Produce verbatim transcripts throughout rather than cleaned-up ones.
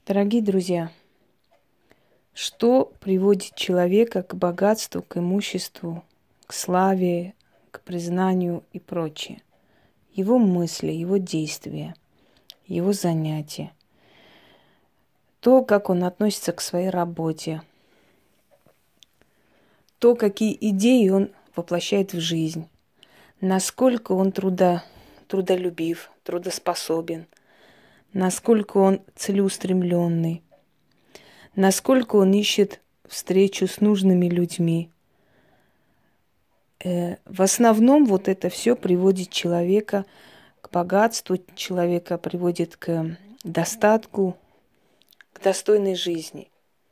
Дорогие друзья, что приводит человека к богатству, к имуществу, к славе, к признанию и прочее? Его мысли, его действия, его занятия. То, как он относится к своей работе. То, какие идеи он воплощает в жизнь. Насколько он трудо, трудолюбив, трудоспособен. Насколько он целеустремленный. Насколько он ищет встречу с нужными людьми. Э, в основном вот это все приводит человека к богатству, человека приводит к достатку, к достойной жизни.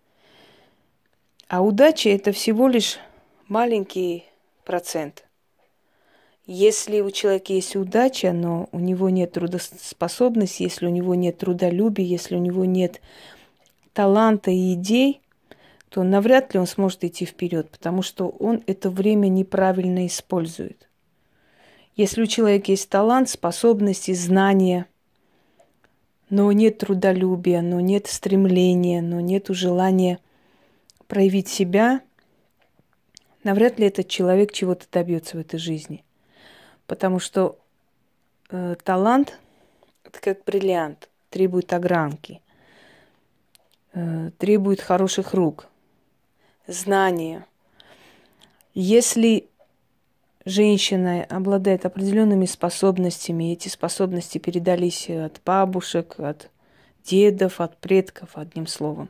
А удача – это всего лишь маленький процент. Если у человека есть удача, но у него нет трудоспособности, если у него нет трудолюбия, если у него нет таланта и идей, то навряд ли он сможет идти вперед, потому что он это время неправильно использует. Если у человека есть талант, способности, знания, но нет трудолюбия, но нет стремления, но нет желания проявить себя, навряд ли этот человек чего-то добьется в этой жизни. Потому что э, талант – это как бриллиант, требует огранки, э, требует хороших рук, знания. Если женщина обладает определенными способностями, эти способности передались от бабушек, от дедов, от предков, одним словом.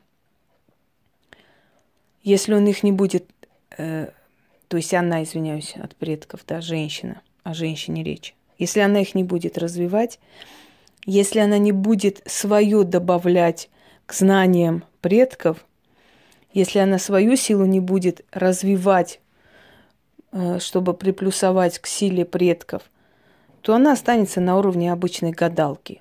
Если он их не будет, э, то есть она, извиняюсь, от предков, да, женщина, о женщине речь. Если она их не будет развивать, если она не будет свое добавлять к знаниям предков, если она свою силу не будет развивать, чтобы приплюсовать к силе предков, то она останется на уровне обычной гадалки.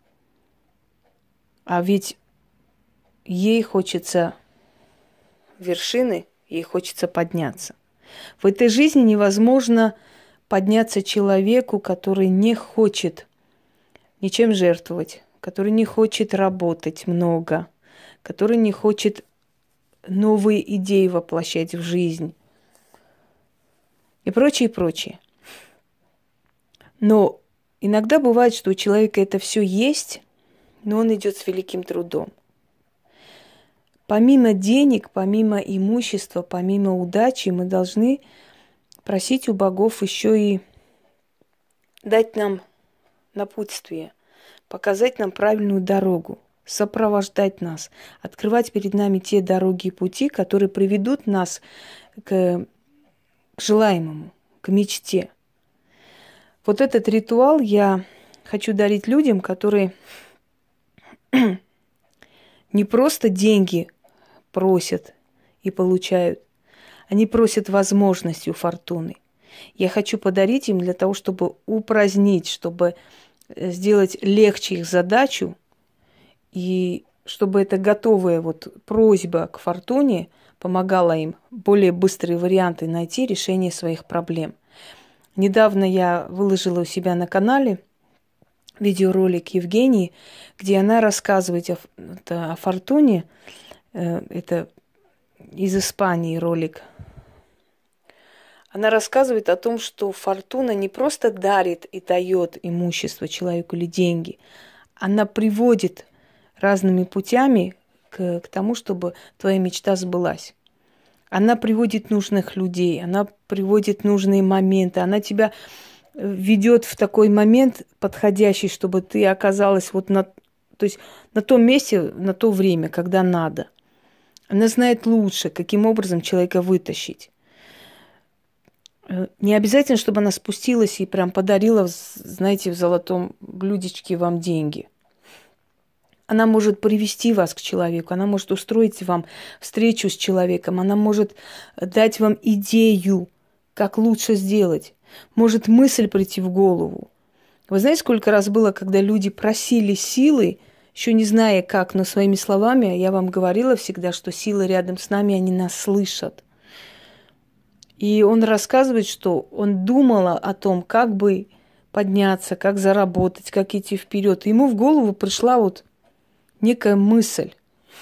А ведь ей хочется вершины, ей хочется подняться. В этой жизни невозможно подняться человеку, который не хочет ничем жертвовать, который не хочет работать много, который не хочет новые идеи воплощать в жизнь и прочее, и прочее. Но иногда бывает, что у человека это все есть, но он идет с великим трудом. Помимо денег, помимо имущества, помимо удачи, мы должны просить у богов еще и дать нам напутствие, показать нам правильную дорогу, сопровождать нас, открывать перед нами те дороги и пути, которые приведут нас к, к желаемому, к мечте. Вот этот ритуал я хочу дарить людям, которые не просто деньги просят и получают, они просят возможности у фортуны. Я хочу подарить им для того, чтобы упразднить, чтобы сделать легче их задачу, и чтобы эта готовая вот просьба к фортуне помогала им более быстрые варианты найти решение своих проблем. Недавно я выложила у себя на канале видеоролик Евгении, где она рассказывает о, о фортуне. Это из Испании ролик. Она рассказывает о том, что фортуна не просто дарит и дает имущество человеку или деньги, она приводит разными путями к, к тому, чтобы твоя мечта сбылась. Она приводит нужных людей, она приводит нужные моменты, она тебя ведет в такой момент подходящий, чтобы ты оказалась вот на, то есть на том месте, на то время, когда надо. Она знает лучше, каким образом человека вытащить. Не обязательно, чтобы она спустилась и прям подарила, знаете, в золотом блюдечке вам деньги. Она может привести вас к человеку, она может устроить вам встречу с человеком, она может дать вам идею, как лучше сделать. Может мысль прийти в голову. Вы знаете, сколько раз было, когда люди просили силы, еще не зная как, но своими словами, я вам говорила всегда, что силы рядом с нами, они нас слышат. И он рассказывает, что он думал о том, как бы подняться, как заработать, как идти вперед. Ему в голову пришла вот некая мысль.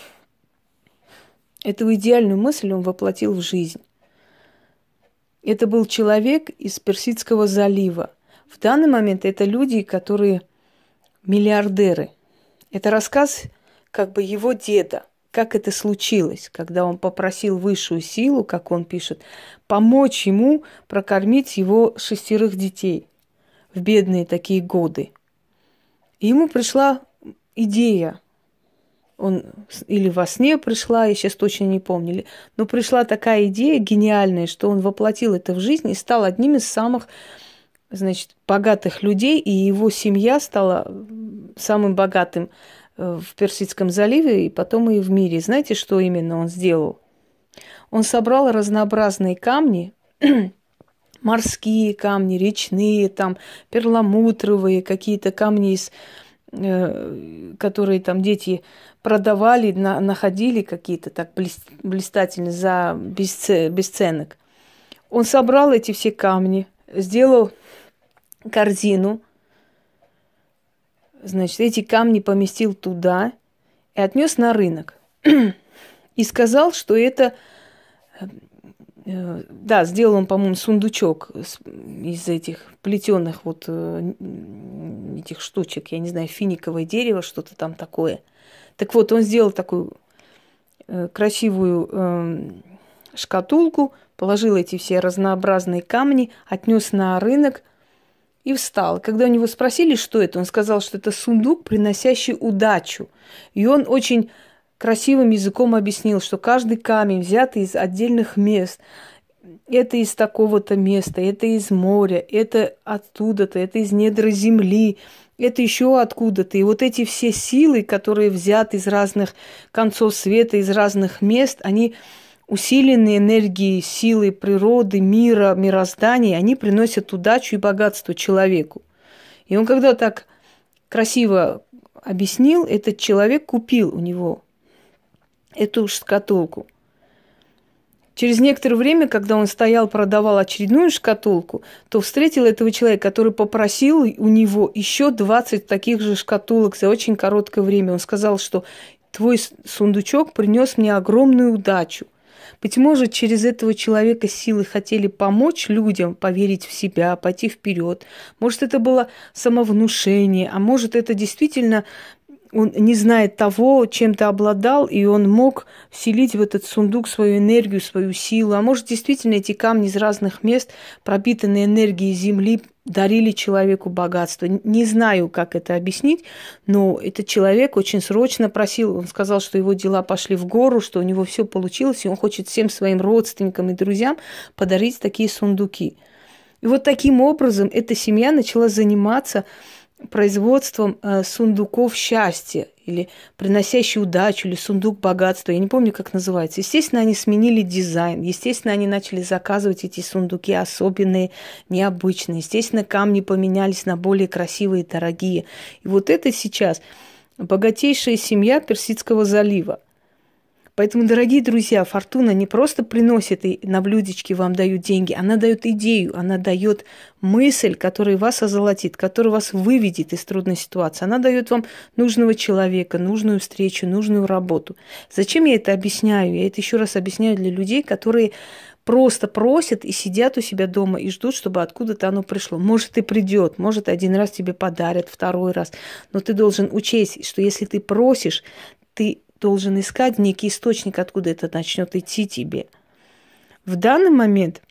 Эту идеальную мысль он воплотил в жизнь. Это был человек из Персидского залива. В данный момент это люди, которые миллиардеры. Это рассказ как бы его деда, как это случилось, когда он попросил высшую силу, как он пишет, помочь ему прокормить его шестерых детей в бедные такие годы. И ему пришла идея. Он или во сне пришла, я сейчас точно не помню, но пришла такая идея гениальная, что он воплотил это в жизнь и стал одним из самых, значит, богатых людей, и его семья стала самым богатым в Персидском заливе и потом и в мире. Знаете, что именно он сделал? Он собрал разнообразные камни, морские камни, речные, там, перламутровые, какие-то камни, из, э, которые там дети продавали, на, находили какие-то так блистательные за бесце, бесценок. Он собрал эти все камни, сделал корзину, значит, эти камни поместил туда и отнес на рынок. И сказал, что это... Да, сделал он, по-моему, сундучок из этих плетеных вот этих штучек, я не знаю, финиковое дерево, что-то там такое. Так вот, он сделал такую красивую шкатулку, положил эти все разнообразные камни, отнес на рынок и встал. Когда у него спросили, что это, он сказал, что это сундук, приносящий удачу. И он очень красивым языком объяснил, что каждый камень взят из отдельных мест. Это из такого-то места, это из моря, это оттуда-то, это из недр земли, это еще откуда-то. И вот эти все силы, которые взяты из разных концов света, из разных мест, они усиленные энергией, силой природы, мира, мироздания, они приносят удачу и богатство человеку. И он когда так красиво объяснил, этот человек купил у него эту шкатулку. Через некоторое время, когда он стоял, продавал очередную шкатулку, то встретил этого человека, который попросил у него еще двадцать таких же шкатулок за очень короткое время. Он сказал, что твой сундучок принес мне огромную удачу. Быть может, через этого человека силы хотели помочь людям поверить в себя, пойти вперед. Может, это было самовнушение, а может, это действительно он не знает того, чем ты обладал, и он мог вселить в этот сундук свою энергию, свою силу. А может, действительно, эти камни из разных мест, пропитанные энергией земли, дарили человеку богатство. Не знаю, как это объяснить, но этот человек очень срочно просил. Он сказал, что его дела пошли в гору, что у него все получилось, и он хочет всем своим родственникам и друзьям подарить такие сундуки. И вот таким образом эта семья начала заниматься производством э, сундуков счастья или приносящий удачу, или сундук богатства. Я не помню, как называется. Естественно, они сменили дизайн. Естественно, они начали заказывать эти сундуки особенные, необычные. Естественно, камни поменялись на более красивые, дорогие. И вот это сейчас богатейшая семья Персидского залива. Поэтому, дорогие друзья, фортуна не просто приносит и на блюдечке вам дают деньги, она дает идею, она дает мысль, которая вас озолотит, которая вас выведет из трудной ситуации. Она дает вам нужного человека, нужную встречу, нужную работу. Зачем я это объясняю? Я это еще раз объясняю для людей, которые просто просят и сидят у себя дома и ждут, чтобы откуда-то оно пришло. Может, и придет, может, один раз тебе подарят, второй раз. Но ты должен учесть, что если ты просишь, ты должен искать некий источник, откуда это начнет идти тебе. В данный момент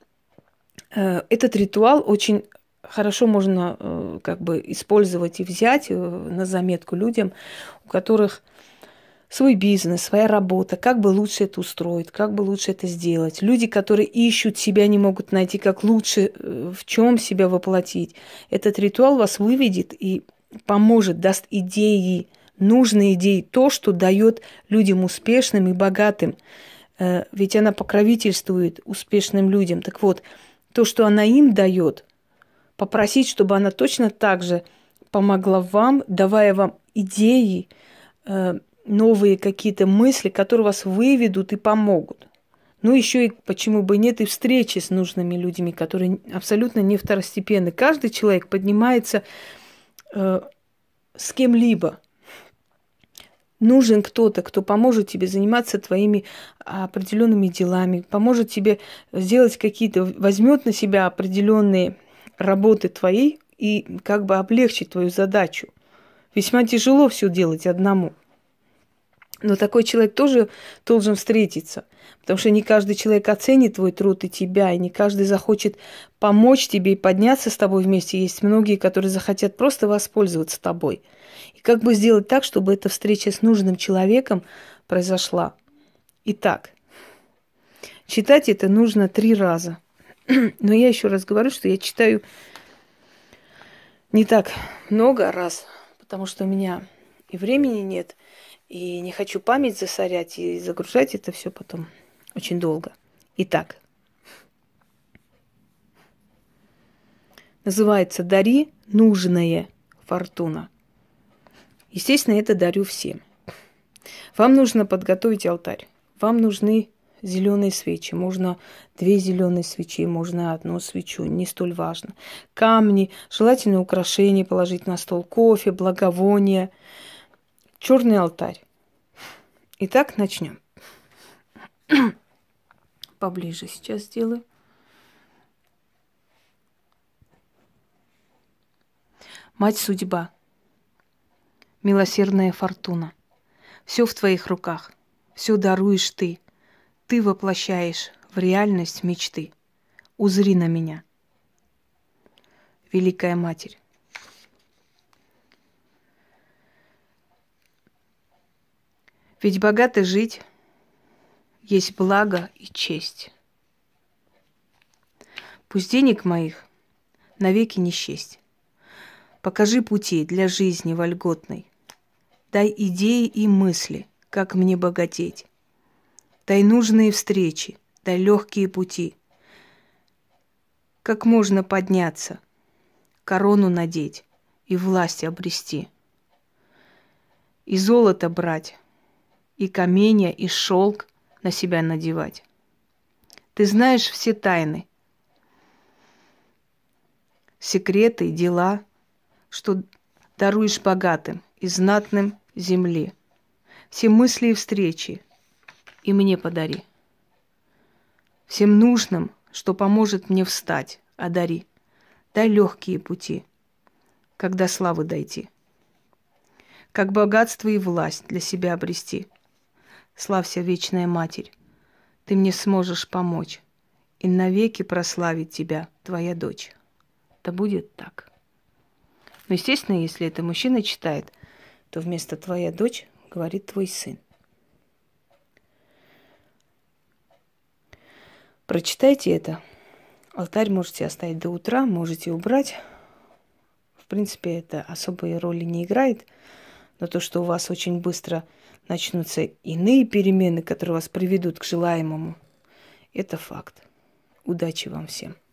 э, этот ритуал очень хорошо можно э, как бы использовать и взять э, на заметку людям, у которых свой бизнес, своя работа, как бы лучше это устроить, как бы лучше это сделать. Люди, которые ищут себя, не могут найти, как лучше, э, в чем себя воплотить. Этот ритуал вас выведет и поможет, даст идеи, нужные идеи, то, что дает людям успешным и богатым. Ведь она покровительствует успешным людям. Так вот, то, что она им дает, попросить, чтобы она точно так же помогла вам, давая вам идеи, новые какие-то мысли, которые вас выведут и помогут. Ну, еще и, почему бы нет, и встречи с нужными людьми, которые абсолютно не второстепенны. Каждый человек поднимается с кем-либо. Нужен кто-то, кто поможет тебе заниматься твоими определенными делами, поможет тебе сделать какие-то, возьмет на себя определенные работы твои и как бы облегчить твою задачу. Весьма тяжело все делать одному. Но такой человек тоже должен встретиться, потому что не каждый человек оценит твой труд и тебя, и не каждый захочет помочь тебе и подняться с тобой вместе. Есть многие, которые захотят просто воспользоваться тобой. И как бы сделать так, чтобы эта встреча с нужным человеком произошла. Итак, читать это нужно три раза. Но я еще раз говорю, что я читаю не так много раз, потому что у меня и времени нет, и не хочу память засорять и загружать это все потом очень долго. Итак, называется «Дари нужное, Фортуна». Естественно, это дарю всем. Вам нужно подготовить алтарь. Вам нужны зеленые свечи. Можно две зеленые свечи, можно одну свечу, не столь важно. Камни, желательно украшения положить на стол, кофе, благовония. Черный алтарь. Итак, начнем. Поближе сейчас сделаю. Мать судьба, милосердная Фортуна, все в твоих руках, все даруешь ты. Ты воплощаешь в реальность мечты. Узри на меня, Великая Матерь. Ведь богато жить есть благо и честь. Пусть денег моих навеки не счесть. Покажи пути для жизни вольготной. Дай идеи и мысли, как мне богатеть. Дай нужные встречи, дай легкие пути. Как можно подняться, корону надеть и власть обрести. И золото брать, и каменья, и шелк на себя надевать. Ты знаешь все тайны, секреты, дела, что даруешь богатым и знатным земле. Все мысли и встречи и мне подари. Всем нужным, что поможет мне встать, одари. Дай легкие пути, когда славы дойти. Как богатство и власть для себя обрести. Славься, вечная Матерь, ты мне сможешь помочь и навеки прославить тебя, твоя дочь. Да будет так. Но, естественно, если это мужчина читает, то вместо «твоя дочь» говорит «твой сын». Прочитайте это. Алтарь можете оставить до утра, можете убрать. В принципе, это особой роли не играет. Но то, что у вас очень быстро начнутся иные перемены, которые вас приведут к желаемому, это факт. Удачи вам всем!